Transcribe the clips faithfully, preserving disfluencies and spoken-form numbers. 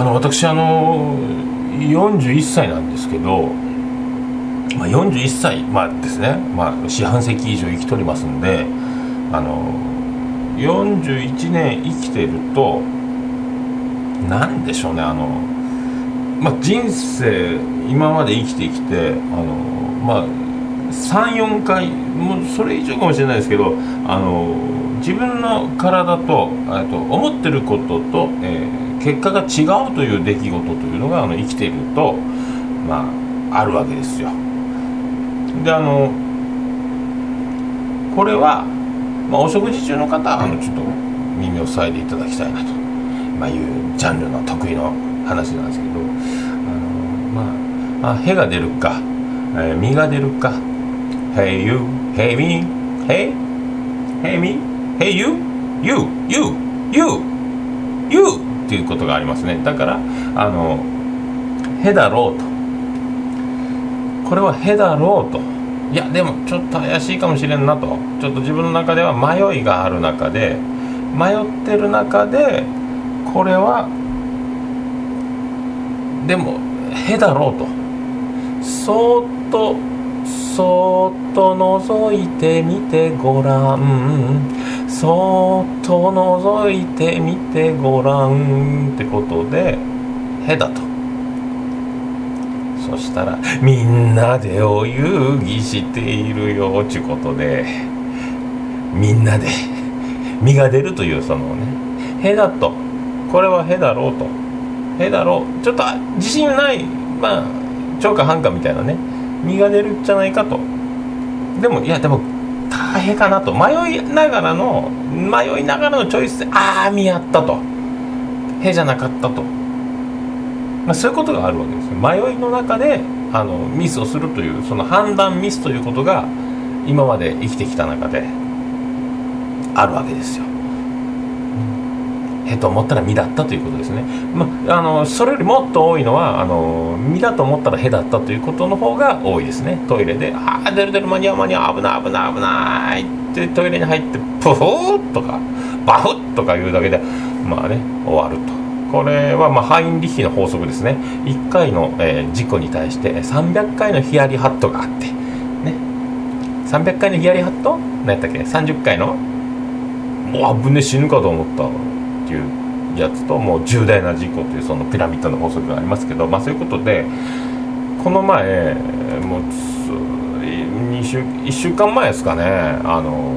あの私あのよんじゅういっさいなんですけど、まあ、よんじゅういっさい、まあ、ですね、まあ、四半世紀以上生きとりますんで、あのよんじゅういちねん生きてるとなんでしょうね、あの、まあ、人生今まで生きてきてあの、まあ、さんよんかいもうそれ以上かもしれないですけど、あの自分の体と、と思ってることと、えー、結果が違うという出来事というのがあの生きていると、まあ、あるわけですよ。であのこれは、まあ、お食事中の方はあのちょっと耳を塞いでいただきたいなと、まあ、いうジャンルの得意の話なんですけど、あの、まあ、あへが出るか、えー、みが出るか、 Hey you, Hey me, Hey, Hey me, Hey you, You, You, You, You っていうことがありますね。だからあのへだろうと、これはへだろうと、いやでもちょっと怪しいかもしれんなと、ちょっと自分の中では迷いがある中で迷ってる中で、これはでもへだろうと、そーっとそーっと覗いてみてごらん、そーっと覗いてみてごらんってことでへだと。そしたらみんなでお遊戯しているよっていうことで、みんなで身が出るというそのね、へだと、これはへだろうと、へだろう、ちょっと自信ない、まあ超か半かみたいなね、身が出るんじゃないかと。でもいやでも大変かなと、迷いながらの迷いながらのチョイスで、ああ見合ったと、へじゃなかったと、まあ、そういうことがあるわけです。迷いの中であのミスをするという、その判断ミスということが今まで生きてきた中であるわけですよ。へと思ったらみだったということですね。まあ、あのそれよりもっと多いのはあのみだと思ったらへだったということの方が多いですね。トイレでああ出る出る間に合う間に合う、危ない危ない危ないってトイレに入ってプフーとかバフッとか言うだけでまあね終わると。これはまあハインリッヒの法則ですね。いっかいの、えー、事故に対してさんびゃっかいのヒヤリハットがあってね、さんびゃっかいのヒヤリハット何やったっけ、さんじゅっかいのもう危ね死ぬかと思ったっていうやつと、もう重大な事故というそのピラミッドの法則がありますけど、まあそういうことでこの前もうに週いっしゅうかんまえですかね、あの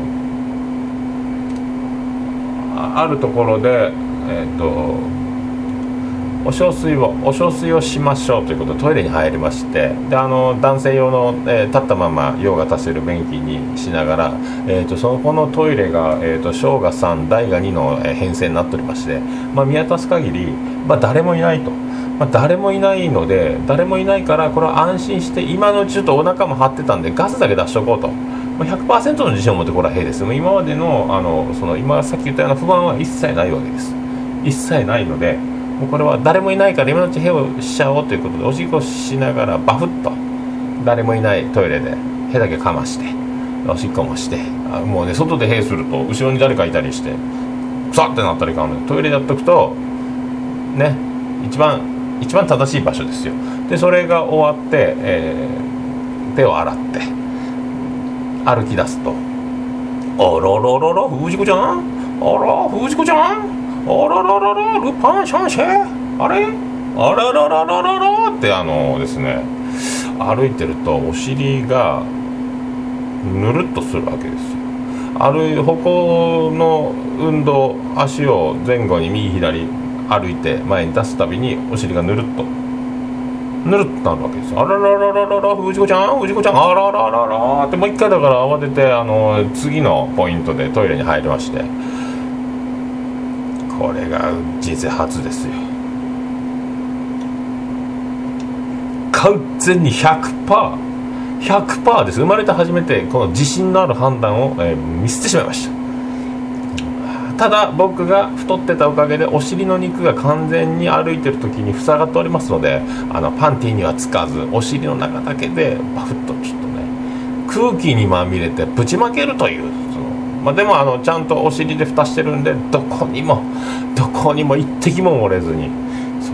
あるところでえっとお小水をお小水をしましょうということでトイレに入りまして、であの男性用の、えー、立ったまま用が足せる便器にしながら、えー、とそのこのトイレが、えー、と小がさん大がにの、えー、編成になっておりまして、まあ、見渡す限り、まあ、誰もいないと、まあ、誰もいないので誰もいないからこれは安心して今のうちちょっとお腹も張ってたんでガスだけ出しとこうと、ひゃくパーセント の自信を持ってこれはへいです。今までの、あのその今さっき言ったような不安は一切ないわけです。一切ないのでもうこれは誰もいないから今のうちへをしちゃおうということでおしっこしながらバフッと誰もいないトイレでへだけかましておしっこもして、あもうね外でへすると後ろに誰かいたりしてさってなったらいかんのでトイレやっとくとね一番一番正しい場所ですよ。でそれが終わって、えー、手を洗って歩き出すと、あらららら藤子ちゃん、あら藤子ちゃん、あららららルパン三世、あれあららららららってあのですね歩いてるとお尻がぬるっとするわけですよ。歩い歩行の運動、足を前後に右左歩いて前に出すたびにお尻がぬるっとぬるっとなるわけですよ。あらららららら藤子ちゃん藤子ちゃんあららららってもう一回だから慌ててあの次のポイントでトイレに入りまして、これが人生初ですよ。完全に ひゃくパーセント ひゃくパーセント です。生まれて初めてこの自信のある判断を、えー、見捨ててしまいました。ただ僕が太ってたおかげでお尻の肉が完全に歩いてる時に塞がっておりますので、あのパンティーにはつかずお尻の中だけでバフッとちょっとね空気にまみれてぶちまけるという、そのまあ、でもあのちゃんとお尻で蓋してるんでどこにもどこにも一滴も漏れずにそ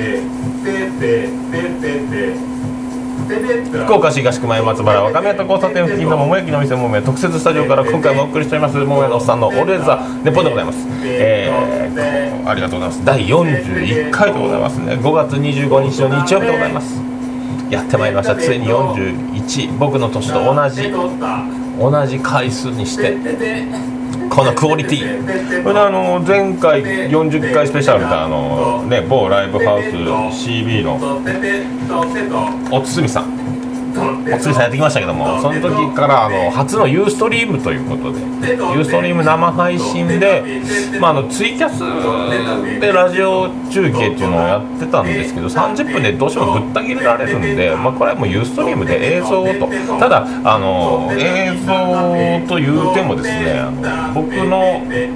福岡市東区前松原若宮と交差点付近の桃焼きの店桃屋特設スタジオから今回もお送りしております桃屋のおっさんのオールデイズ・ザ・ネポンでございます。えー、ありがとうございます。だいよんじゅういっかいでございますね。ごがつにじゅうごにちの日曜日でございます。やってまいりました。ついによんじゅういち、僕の年と同じ同じ回数にしてこのクオリティ。これであの前回よんじゅっかいスペシャルであのね某ライブハウス シービー のおつみさんおつみさんやってきましたけども、その時からあの初のユーストリームということでユーストリーム生配信で、まあ、あのツイキャスでラジオ中継っていうのをやってたんですけどさんじゅっぷんでどうしてもぶった切れられるんで、まあ、これはもうユーストリームで映像と、ただあの映像というてもですね、あの僕の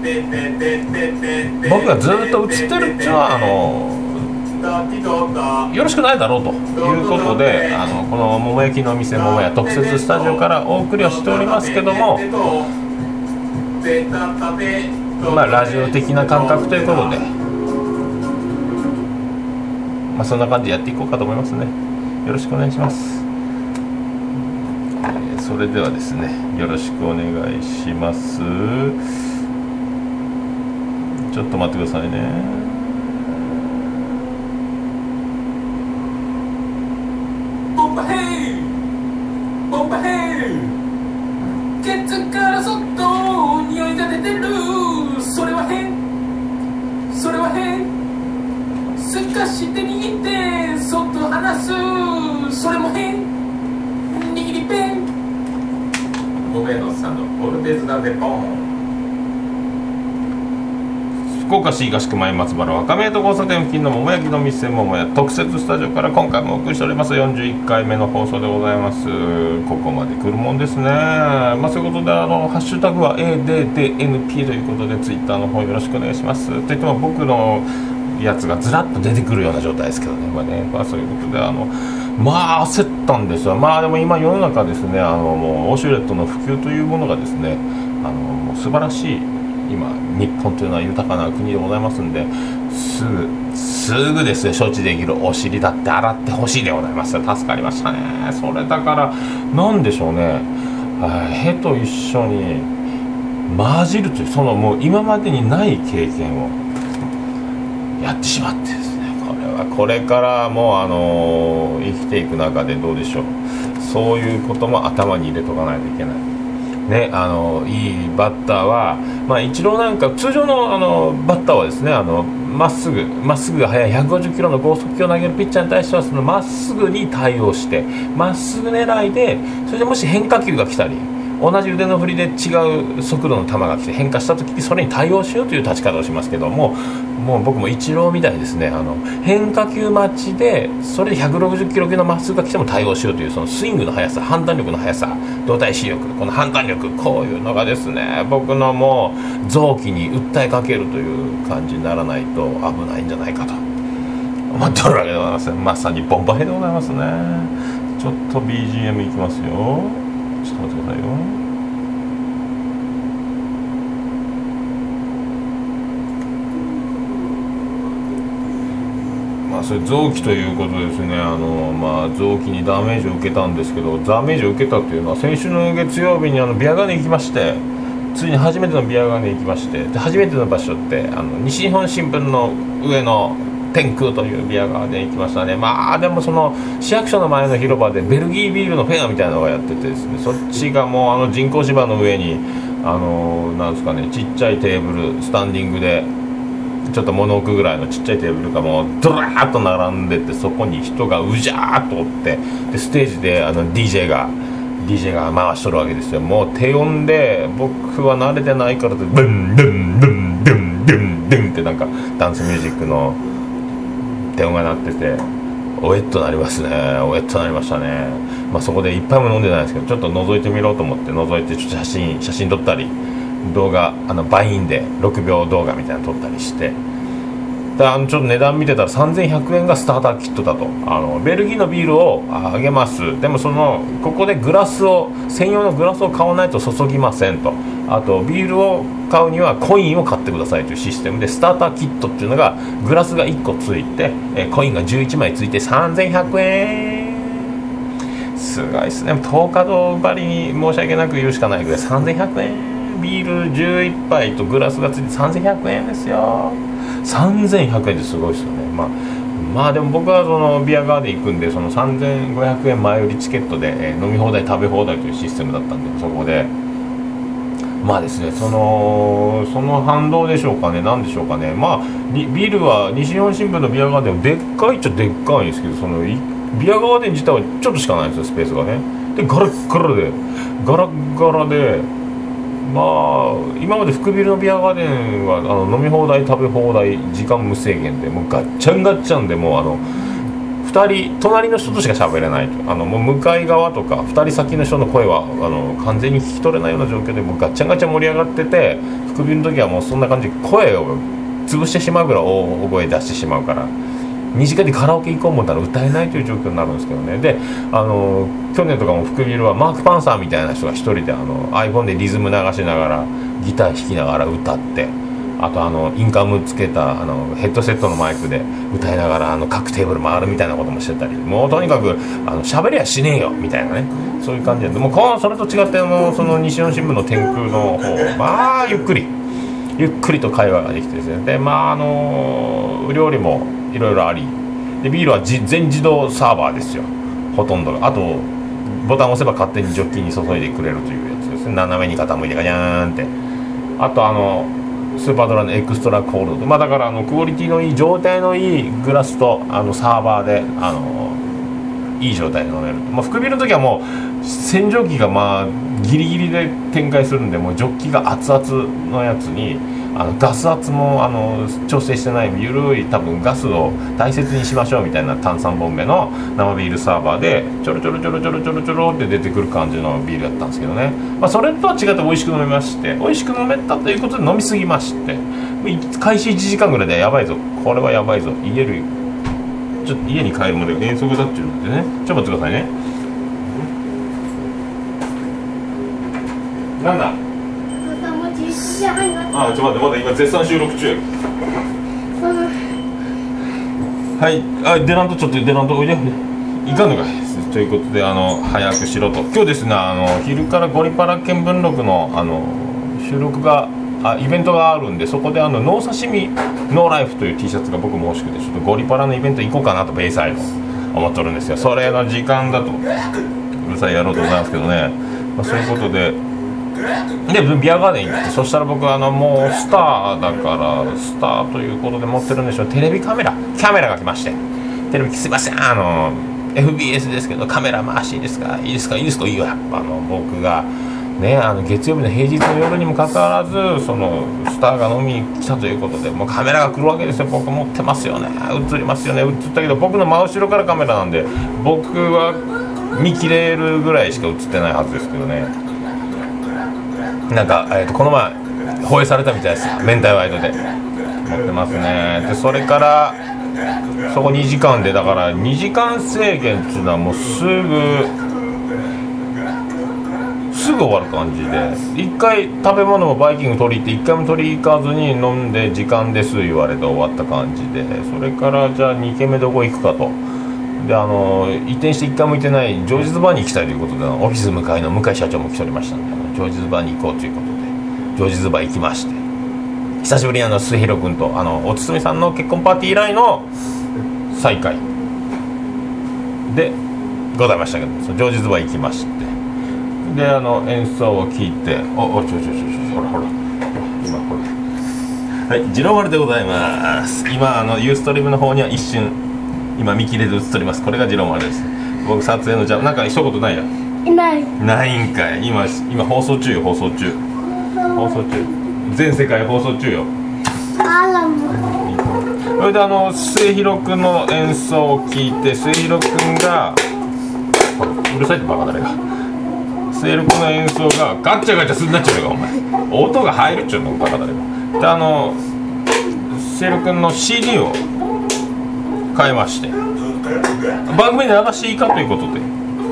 僕がずっと映ってるっていうのはあのよろしくないだろうということで、あのこの桃焼きの店桃屋特設スタジオからお送りをしておりますけども、まあラジオ的な感覚ということで、まあそんな感じでやっていこうかと思いますね。よろしくお願いします。えー、それではですね、よろしくお願いします。ちょっと待ってくださいね。 ボンバヘイボンバヘイケツからそっと匂いが出てる、それは変それは変すかして握ってそっと離す、それも変握りペン桃屋のおっさんのオールデイズ・ザ・ネポン。 福岡市東区前松原若宮と交差点付近の桃焼きの店桃屋特設スタジオから今回もお送りしておりますよんじゅういっかいめの放送でございます。ここまで来るもんですね。まあそういうことであのハッシュタグは エーディーディーエヌピー ということでツイッターの方よろしくお願いします。といっても僕のやつがずらっと出てくるような状態ですけどね、まあね、まあ、そういうことであのまあ焦ったんですよ。まあでも今世の中ですね、あのもうウォシュレットの普及というものがですね、あのもう素晴らしい今日本というのは豊かな国でございますんで、すぐすぐですね処置できるお尻だって洗ってほしいでございます。助かりましたね。それだからなんでしょうね、へと一緒に混じるというそのもう今までにない経験をやってしまってですね、これはこれからもうあの生きていく中でどうでしょう、そういうことも頭に入れとかないといけないね。あのいいバッターは、まあ、イチローなんか通常 の, あのバッターはですね、あのまっすぐまっすぐが速いひゃくごじゅっキロの剛速球を投げるピッチャーに対してはそのまっすぐに対応してまっすぐ狙いで、それでもし変化球が来たり同じ腕の振りで違う速度の球が来て変化した時にそれに対応しようという立ち方をしますけども、もう僕もイチローみたいにですね、あの変化球待ちでそれでひゃくろくじゅっキロ級のまっすぐが来ても対応しようというそのスイングの速さ、判断力の速さ、動体視力、この判断力、こういうのがですね僕のもう臓器に訴えかけるという感じにならないと危ないんじゃないかと思っておるわけでございます。まさにボンバヘでございますね。ちょっと ビージーエム いきますよ。ちょっと待ってくださいよ。まあそれ臓器ということですね。あのまあ臓器にダメージを受けたんですけど、ダメージを受けたというのは先週の月曜日にあのビアガーデン行きまして、ついに初めてのビアガーデン行きまして、で初めての場所ってあの西日本新聞の上の天空というビアガーデン行きましたね。まあでもその市役所の前の広場でベルギービールのフェアみたいなのがやっててですね、そっちがもうあの人工芝の上にあのなんですかね、ちっちゃいテーブルスタンディングでちょっと物置くぐらいのちっちゃいテーブルがもうドラーッと並んでて、そこに人がうじゃーっとおって、でステージであの ディージェー が ディージェー が回しとるわけですよ。もう低音で僕は慣れてないからでブンブンブンブンブンブンってなんかダンスミュージックの低音が鳴ってておえっとなりますね。おえっとなりましたね。まあそこで一杯も飲んでないですけど、ちょっと覗いてみようと思って覗いてちょっと写真写真撮ったり動画あのバインでろくびょう動画みたいなの撮ったりして、であのちょっと値段見てたらさんぜんひゃくえんがスターターキットだと。あのベルギーのビールをあげます、でもそのここでグラスを専用のグラスを買わないと注ぎませんと、あとビールを買うにはコインを買ってくださいというシステムで、スターターキットっていうのがグラスがいっこついて、えコインがじゅういちまいついてさんぜんひゃくえん、すごいですね。とおかどばりに申し訳なく言うしかないぐらいさんぜんひゃくえん、ビールじゅういっぱいとグラスがついてさんぜんひゃくえんですよ。さんぜんひゃくえんってすごいですよね。まあまあでも僕はそのビアガーデン行くんで、そのさんぜんごひゃくえん前売りチケットで、えー、飲み放題食べ放題というシステムだったんで、そこでまあですね、そのその反動でしょうかね、なんでしょうかね。まあビールは西日本新聞のビアガーデンはでっかいっちゃでっかいんですけど、そのビアガーデン自体はちょっとしかないんですよ、スペースがね。でガラッガラでガラッガラで、まあ今まで福ビルのビアガーデンはあの飲み放題食べ放題時間無制限で、もうガッチャンガッチャンで、もうあのふたり隣の人としか喋れないと、あのもう向かい側とかふたり先の人の声はあの完全に聞き取れないような状況で、もうガッチャンガッチャン盛り上がってて、福ビルの時はもうそんな感じで声を潰してしまうぐらい大声出してしまうから、にじかんでカラオケ行こう思ったら歌えないという状況になるんですけどね。であの去年とかも福ビルはマーク・パンサーみたいな人が一人であの iPhone でリズム流しながらギター弾きながら歌って、あとあのインカムつけたあのヘッドセットのマイクで歌いながらあの各テーブル回るみたいなこともしてたり、もうとにかくあの喋りゃしねえよみたいなね、そういう感じで、もうこのそれと違ってあのその西日本新聞の天空の方、まあゆっくりゆっくりと会話ができてですね、でまああの料理もいろいろあり、でビールはじ全自動サーバーですよ、ほとんどが。あとボタンを押せば勝手にジョッキに注いでくれるというやつですね。斜めに傾いてガニャーンって。あとあのスーパードライのエクストラコールド、まあだからあのクオリティのいい状態のいいグラスとあのサーバーであのいい状態で飲める。まあ福ビルの時はもう洗浄機がまあギリギリで展開するんで、もうジョッキが熱々のやつにあのガス圧もあの調整してないゆるい多分ガスを大切にしましょうみたいな炭酸ボンベの生ビールサーバーでちょろちょろちょろちょろちょろちょろって出てくる感じのビールだったんですけどね。まあそれとは違って美味しく飲めまして、美味しく飲めたということで飲みすぎまして、開始いちじかんぐらいでやばいぞ、これはやばいぞ、家るちょっと家に帰るまで遠足だっていうんでね、ちょっと待ってくださいね。なんだあ、ちょっと待って、まだ今絶賛収録中。はい、あ、出らんとちょっと出らんとおいでいかんのかいということで、あの早くしろと。今日ですね、あの昼からゴリパラ見聞録のあの収録があイベントがあるんで、そこであのノー刺身ノーライフという T シャツが僕も欲しくて、ちょっとゴリパラのイベント行こうかなとベイサイド思っとるんですよ。それの時間だとうるさい野郎でございますけどね、まあ、そういうことででビアガーデン行って、そしたら僕はあのもうスターだからスターということで持ってるんでしょう、テレビカメラキャメラが来まして、テレビすいませんあの エフビーエス ですけどカメラ回していいですかいいですかいいですかいいよ、やっぱあの僕がねあの月曜日の平日の夜にもかかわらずそのスターが飲みに来たということで、もうカメラが来るわけですよ。僕持ってますよね、映りますよね、映ったけど僕の真後ろからカメラなんで僕は見切れるぐらいしか映ってないはずですけどね。なんか、えー、とこの前放映されたみたいです、明太ワイドで持ってますね。でそれからそこにじかんで、だからにじかん制限っていうのはもうすぐすぐ終わる感じで、いっかい食べ物もバイキング取り行っていっかいも取り行かずに飲んで時間です言われて終わった感じで、それからじゃあにけんめどこ行くかと。であの移転していっかいも行ってないジョージズバーに行きたいということで、オフィス向かいの向井社長も来ておりましたんで、ジョージズバーに行こうということでジョージズバー行きまして、久しぶりにあの末広君とあのおつつみさんの結婚パーティー以来の再会でございましたけど、ジョージズバー行きまして、であの演奏を聴いて、おおちょちょちょちょほらほら今ほらはいジローマルでございます。今あのユーストリームの方には一瞬今見切れで映っております。これがジローマルです。僕撮影のじゃなんか一言ないやないないんかい。今今放送中よ、放送中放送中全世界放送中よ。 あらもそれであの末広くんの演奏を聴いて、末広くんがうるさいってバカ誰が末セイル君の演奏がガッチャガチャするなっちゃうよお前。音が入るっちゅうのバカだれば。であのセイル君の シーディー を買いまして、番組で流していいかということで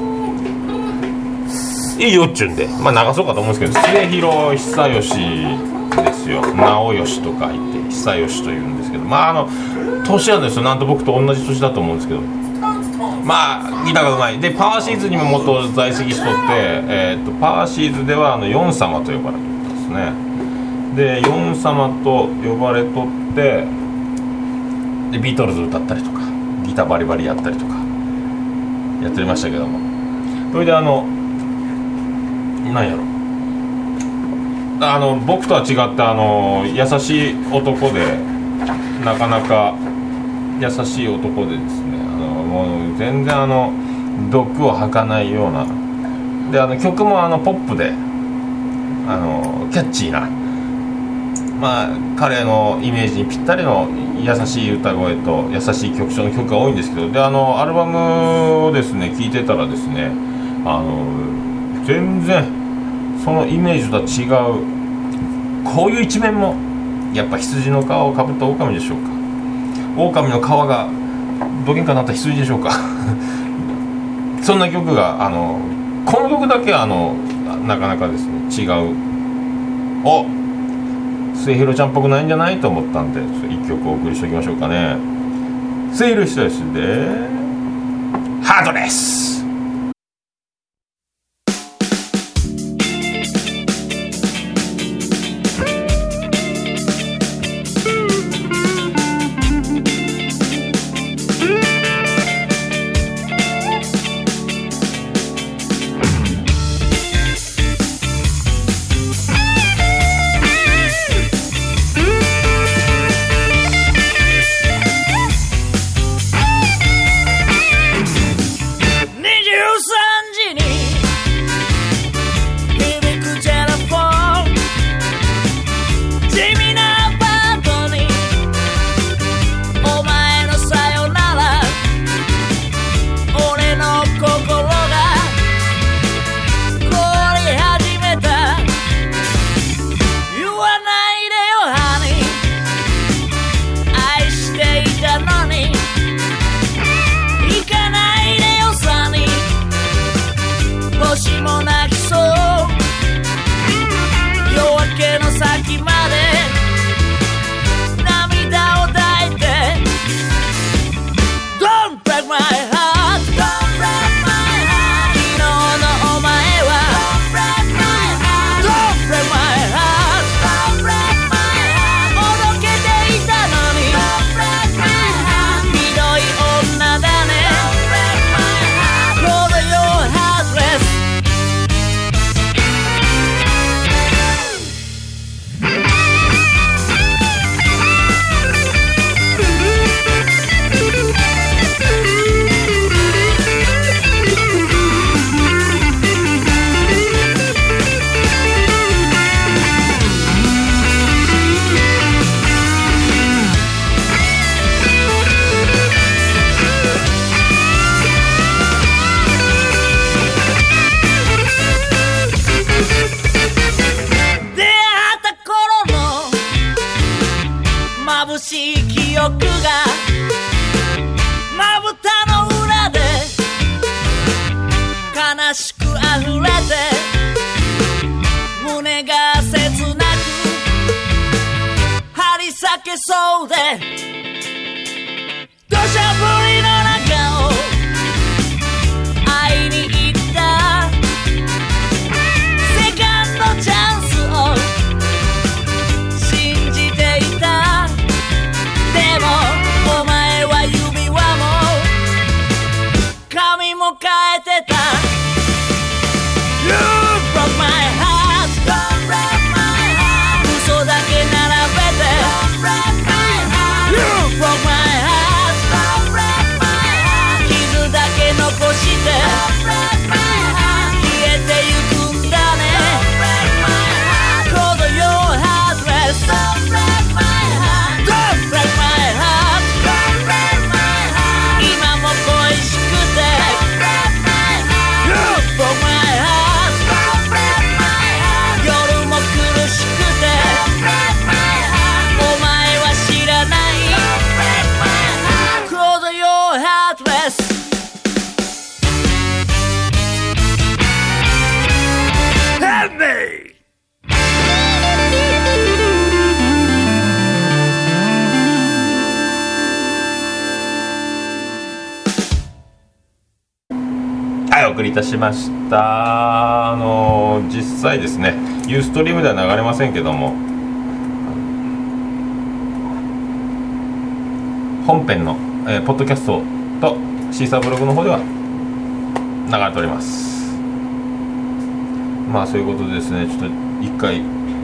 いいよっちゅうんで、まあ流そうかと思うんですけど、末広久義ですよ。直義と書いて久義というんですけど、まああの年なんですよ。なんと僕と同じ年だと思うんですけど、まあギターがうまいで、パワーシーズにも元在籍しとって、えー、とパワーシーズではあのヨン様と呼ばれてたんですね。でヨン様と呼ばれとってでビートルズ歌ったりとかギターバリバリやったりとかやってましたけども、それであのなんやろあの僕とは違ってあの優しい男で、なかなか優しい男でですね、あのもう全然あの毒を吐かないようなで、あの曲もあのポップであのキャッチーな、まあ彼のイメージにぴったりの優しい歌声と優しい曲調の曲が多いんですけど、であのアルバムをですね聴いてたらですね、あの全然そのイメージとは違う、こういう一面もやっぱ羊の皮をかぶった狼でしょうか、狼の皮がどげんかなった羊でしょうかそんな曲があのこの曲だけあのなかなかですね違う、お末広ちゃんっぽくないんじゃないと思ったんで一曲お送りしておきましょうかね。末広久義でハードレス。 そうで土砂降りの中を会いに行ったセカンドチャンスを信じていた。でもお前は指輪も髪も変えてた。 You broke my heart, don't break my heart 嘘だけ並べて Don't break my heart You broke my heart Don't break my 送りいたしました。あの実際ですね、ユーストリームでは流れませんけども、本編の、えー、ポッドキャストとシーサーブログの方では流れております。まあそういうことでですね、ちょっと一回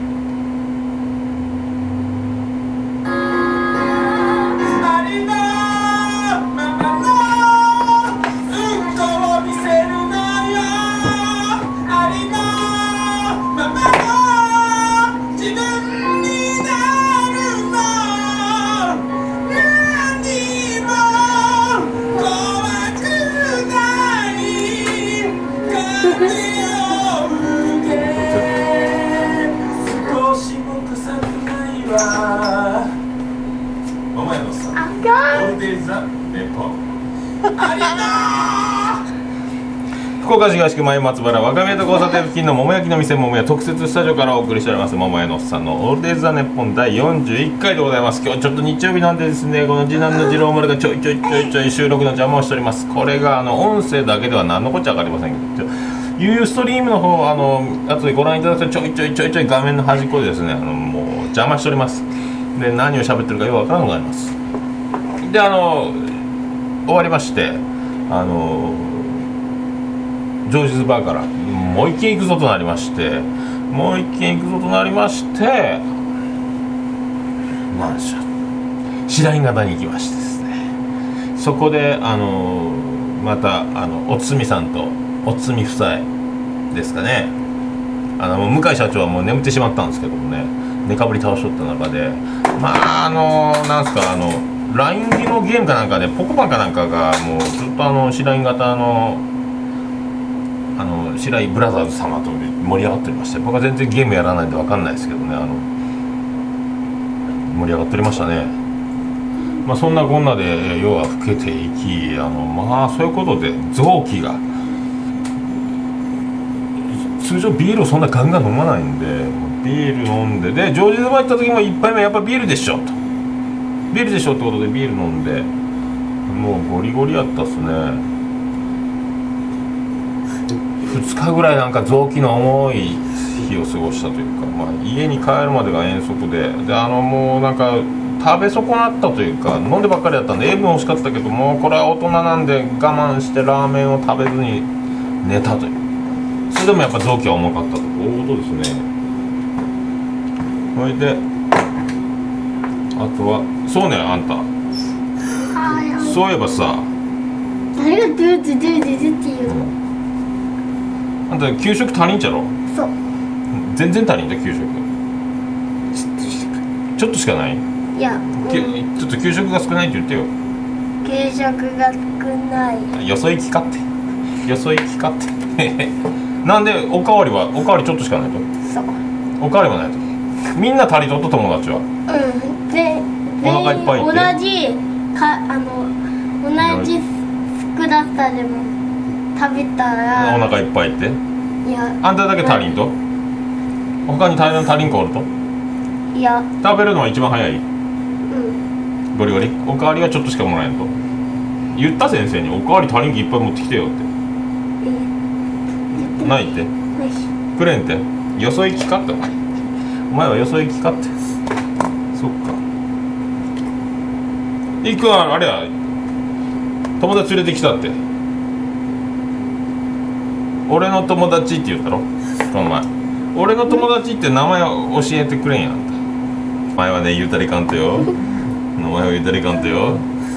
福岡市東区前松原若宮と交差点付近の桃焼きの店桃屋特設スタジオからお送りしております桃屋のおっさんのオールデイズ・ザ・ネッポンだいよんじゅういっかいでございます。今日ちょっと日曜日なんでですね、この次男の次郎丸がちょいちょいちょいちょい収録の邪魔をしております。これがあの音声だけでは何のこっちゃ分かりませんけど、ユーストリームの方あの後でご覧いただくとちょいちょいちょいちょい画面の端っこでですね、あのもう邪魔しております。で何を喋ってるかよく分からなくなります。であの終わりまして、あのジョージズバーからもう一軒行くぞとなりまして、もう一軒行くぞとなりまして、マンション白井型に行きましてですね、そこであのまたあのおつみさんとおつみ夫妻ですかね、あの向井社長はもう眠ってしまったんですけどもね、寝かぶり倒しとった中で、まああのなんすかあのラインのゲームかなんかでポコパンかなんかがもうずっとあの白井型のあの白井ブラザーズ様と盛り上がっておりまして、僕は全然ゲームやらないんで分かんないですけどね、あの盛り上がっておりましたね。まあそんなこんなで夜は更けていき、あのまあそういうことで臓器が通常ビールをそんなガンガン飲まないんで、ビール飲んで、でジョージズバー行った時も一杯目やっぱビールでしょとビールでしょってことでビール飲んで、もうゴリゴリやったっすね。ふつかぐらいなんか臓器の重い日を過ごしたというか、まあ、家に帰るまでが遠足で、であのもうなんか食べ損なったというか、飲んでばっかりだったんで塩分欲しかったけど、もうこれは大人なんで我慢してラーメンを食べずに寝たという、それでもやっぱ臓器は重かったということですね。それであとはそうね、あんたそういえばさ、 誰がドゥズドゥズドゥって言うの？ あんた給食足りんちゃろ？ そう。 全然足りんだ給食。ちょっとしかない？ いや、うん、 ちょっと給食が少ないって言ってよ。 給食が少ない。 よそ行きかってよそ行きかってなんでおかわりはおかわりちょっとしかないと？ そう。 おかわりもないと。みんな足りとっと友達は。うん。 で、 お腹いっぱいいって。 同じかあの同じクラスターでも食べたら。 お腹いっぱいいって。 いや。 あんただけ足りんと？他に足りん足りん子おると？ いや。 食べるのは一番早い。 うん。 ゴリゴリ。おかわりはちょっとしかもらえんと。言った先生におかわり足りんきいっぱい持ってきてよって。え。ないって。ない。くれんって。よそ行きかってお前。お前はよそ行きかって。そっか。いくはあれや友達連れてきたって。俺の友達って言ったろこの前。俺の友達って名前を教えてくれんやん。お前はね言うたりかんとよ。名前は言うたりかんとよ。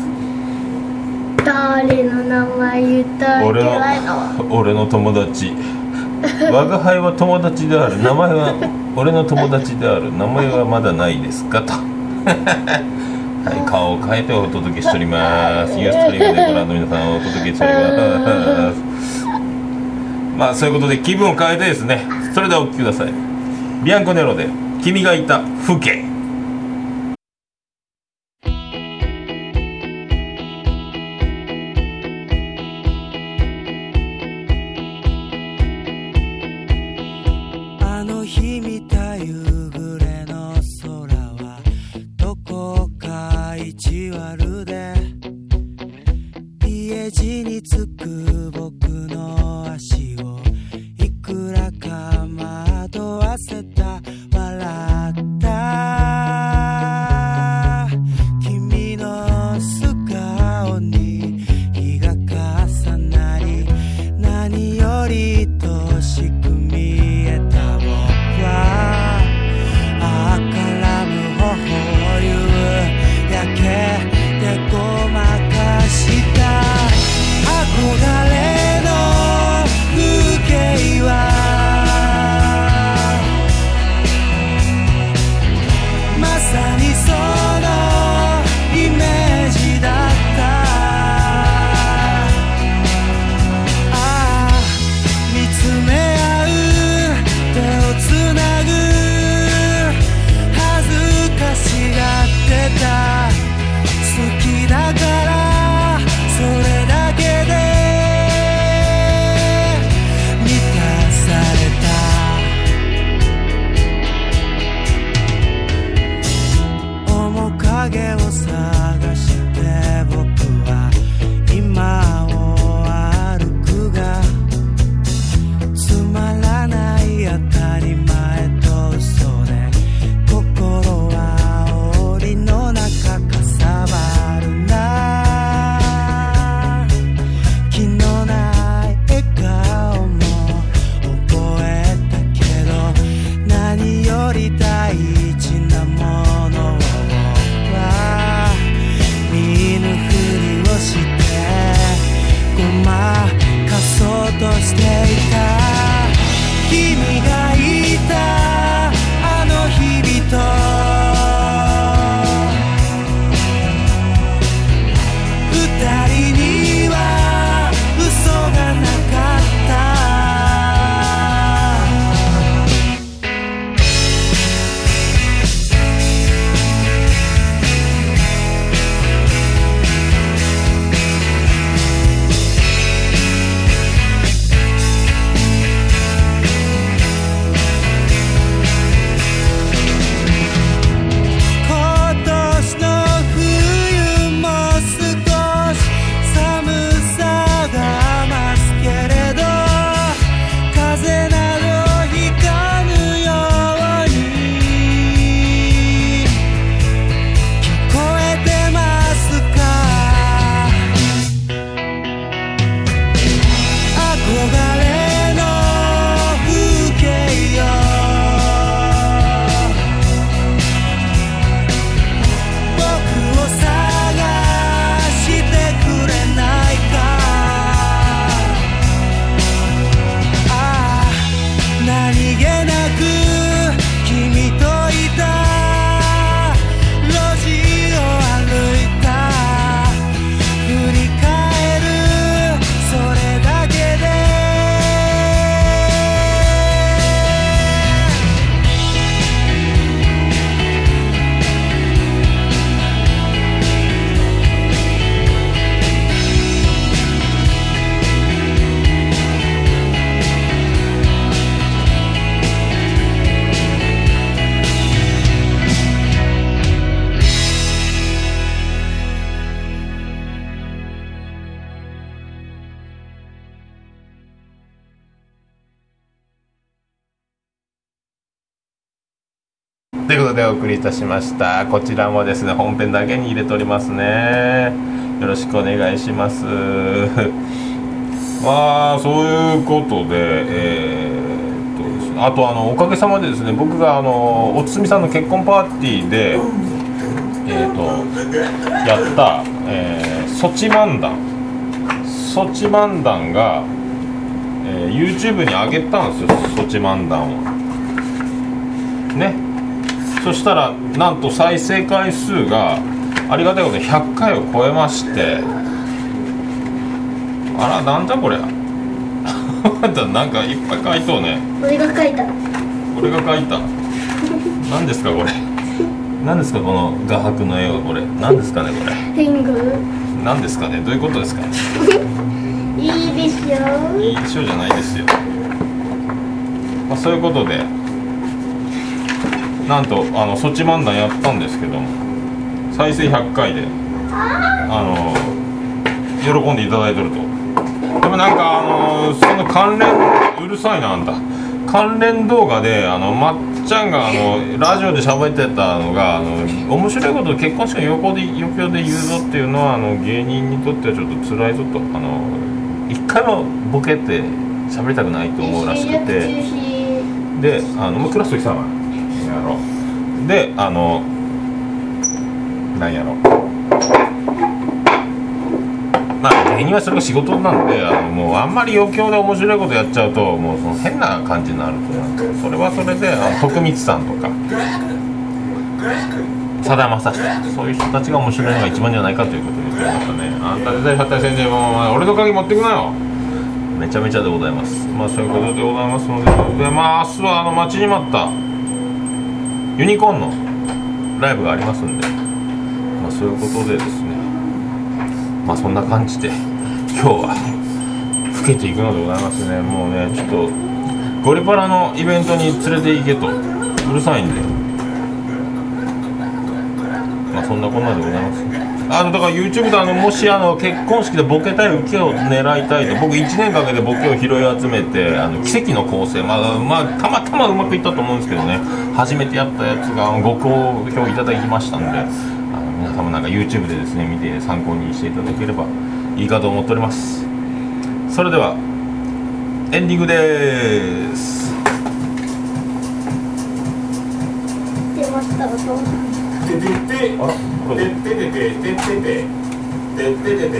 誰の名前言ったらいけないの？ 俺の友達。我が輩は友達である。名前は俺の友達である。名前はまだないですかと。はい、顔を変えてお届けしております。ユーストリームでご覧の皆さんをお届けしております。まあそういうことで気分を変えてですね、それではお聴きください。ビアンコネロで君がいた風景。 あの日見た夕暮れの空はどこか意地悪で家路につく僕の足ということでお送りいたしました。こちらもですね本編だけに入れておりますね。よろしくお願いします。まあそういうことで、えー、っとですね、あとあのおかげさまでですね僕があのおつみさんの結婚パーティーで、えー、っとやった、えー、ソチ漫談ソチ漫談が、えー、YouTube に上げたんですよ。ソチ漫談をね。そしたらなんと再生回数がありがたいことでひゃっかいを超えまして、あらなんじゃこりゃなんかいっぱい書いとうね。 俺が書いた俺が書いた何ですかこれ何ですかこの画伯の絵は。これ何ですかねこれ天狗何ですかねどういうことですかねいいでしょいいでしょうじゃないですよ。まあ、そういうことでなんとあのソチ漫談やったんですけども再生ひゃっかいであの喜んでいただいてると。でもなんかあのその関連うるさいなあんた関連動画であのまっちゃんがあのラジオで喋ってたのがあの面白いこと結婚式の横で余興で言うぞっていうのはあの芸人にとってはちょっと辛いぞと。あの一回もボケて喋りたくないと思うらしくてであのもうクラスときさまやろであのなんやろまあ芸人はそれが仕事なんであのもうあんまり余興で面白いことやっちゃうともうその変な感じになるとそれはそれであの徳光さんとかさだまさしとかそういう人たちが面白いのが一番じゃないかということで言ってましたね。あんた絶対発達先生も俺の鍵持ってくなよめちゃめちゃでございます。まあそういうことでございますので、でまあ明日はあの待ちに待ったユニコーンのライブがありますんで、まあそういうことでですねまあそんな感じで今日は更けていくのでございますね。もうねちょっとゴリパラのイベントに連れて行けとうるさいんでまあそんなこんなでございます。あのだから YouTube であのもしあの結婚式でボケたい受けを狙いたいと僕いちねんかけてボケを拾い集めてあの奇跡の構成、まあ、まあたまたまうまくいったと思うんですけどね初めてやったやつがご好評いただきましたんであの皆様なんか YouTube でですね見て参考にしていただければいいかと思っております。それではエンディングでーす。 出ました音てててあらこれてててててててててててててててて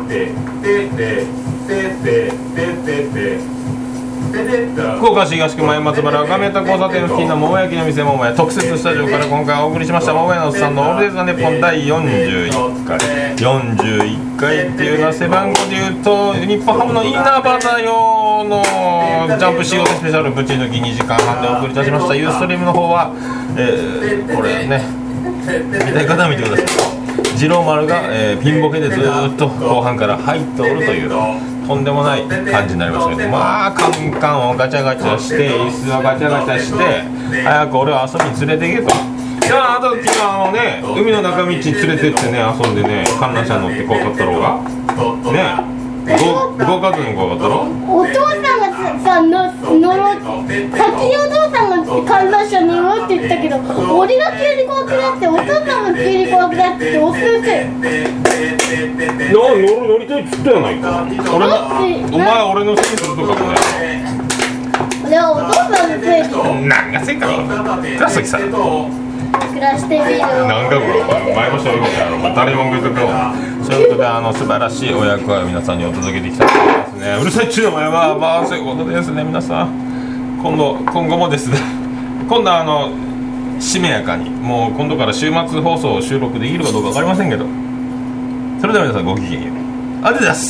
てて福岡市東区前松原亀田交差点付近の桃焼きの店桃屋特設スタジオから今回お送りしました桃屋のおっさんのオールデイズ・ザ・ネッポンだいよんじゅういっかいよんじゅういっかいっていうのは背番号で言うと日本ハムのインナーバザー用のジャンプ仕事スペシャルぶち抜きにじかんはんでお送りいたしました。ユーストリームの方は、えー、これね見たい方は見てください。次郎丸が、えー、ピンボケでずっと後半から入っておるというとんでもない感じになりましたけどまあカンカンをガチャガチャして椅子をガチャガチャして早く俺を遊びに連れて行けと。じゃああの時はあのね海の中道に連れてってね遊んでね観覧車乗って怖かったろうがねごごかずに怖かったろ。 お父さんがさの乗ろう先にお父さんが観覧車乗ろうって言ったけど俺が急に怖くなってお父さんが急に怖くなってお先生な乗る乗りたいっつったやないか。俺のお前俺のせいにするとかこれ俺はお父さんのせいに何がせいか倉崎さん暮らしてみるなんかこれ前もしょうがやろお前誰も言うとこそういうことであの素晴らしいお役割を皆さんにお届けできたと思いますね。うるさいっちゅうのもやまあまあそういうことですね。皆さん今度今後もですね今度はあのしめやかにもう今度から週末放送を収録できるかどうか分かりませんけどそれでは皆さんごきげんよう。ありがとうございます。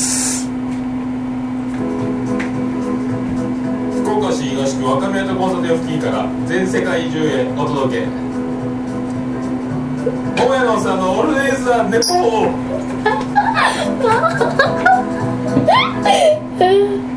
福岡市東区若宮と交差点付近から全世界中へお届け桃屋のおっさんのオールデイズ・ザ・ネポー